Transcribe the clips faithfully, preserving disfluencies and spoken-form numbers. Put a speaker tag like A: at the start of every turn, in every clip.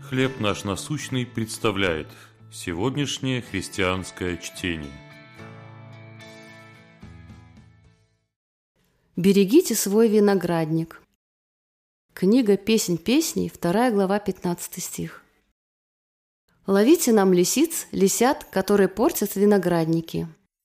A: «Хлеб наш насущный» представляет сегодняшнее христианское чтение.
B: Берегите свой виноградник. Книга «Песнь песней», вторая глава, пятнадцатый стих. Ловите нам лисиц, лисят, которые портят виноградники.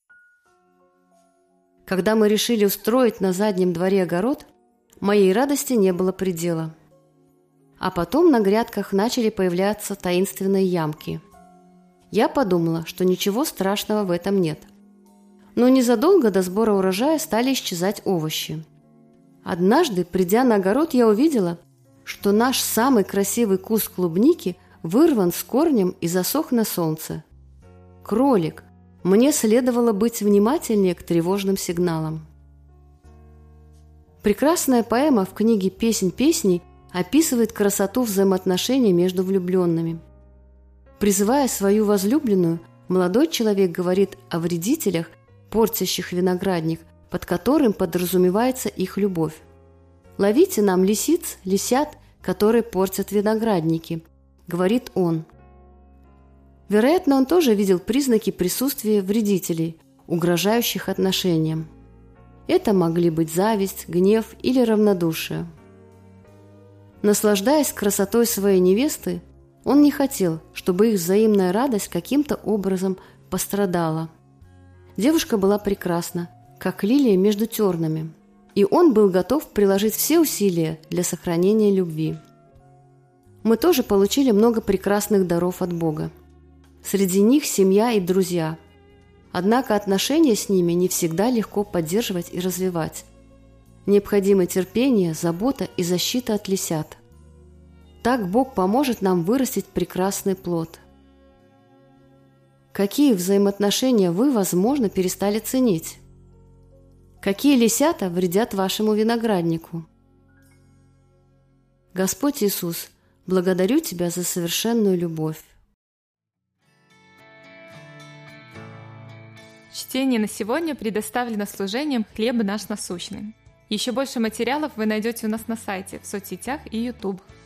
B: Когда мы решили устроить на заднем дворе огород, моей радости не было предела. А потом на грядках начали появляться таинственные ямки. Я подумала, что ничего страшного в этом нет. Но незадолго до сбора урожая стали исчезать овощи. Однажды, придя на огород, я увидела, что наш самый красивый куст клубники вырван с корнем и засох на солнце. Кролик! Мне следовало быть внимательнее к тревожным сигналам. Прекрасная поэма в книге «Песнь песней» описывает красоту взаимоотношений между влюбленными. Призывая свою возлюбленную, молодой человек говорит о вредителях, портящих виноградник, под которым подразумевается их любовь. «Ловите нам лисиц, лисят, которые портят виноградники», — говорит он. Вероятно, он тоже видел признаки присутствия вредителей, угрожающих отношениям. Это могли быть зависть, гнев или равнодушие. Наслаждаясь красотой своей невесты, он не хотел, чтобы их взаимная радость каким-то образом пострадала. Девушка была прекрасна, как лилия между тернами, и он был готов приложить все усилия для сохранения любви. Мы тоже получили много прекрасных даров от Бога. Среди них семья и друзья. Однако отношения с ними не всегда легко поддерживать и развивать. Необходимо терпение, забота и защита от лисят. Так Бог поможет нам вырастить прекрасный плод. Какие взаимоотношения вы, возможно, перестали ценить? Какие лисята вредят вашему винограднику? Господь Иисус, благодарю Тебя за совершенную любовь.
C: Чтение на сегодня предоставлено служением «Хлеб наш насущный». Еще больше материалов вы найдете у нас на сайте, в соцсетях и YouTube.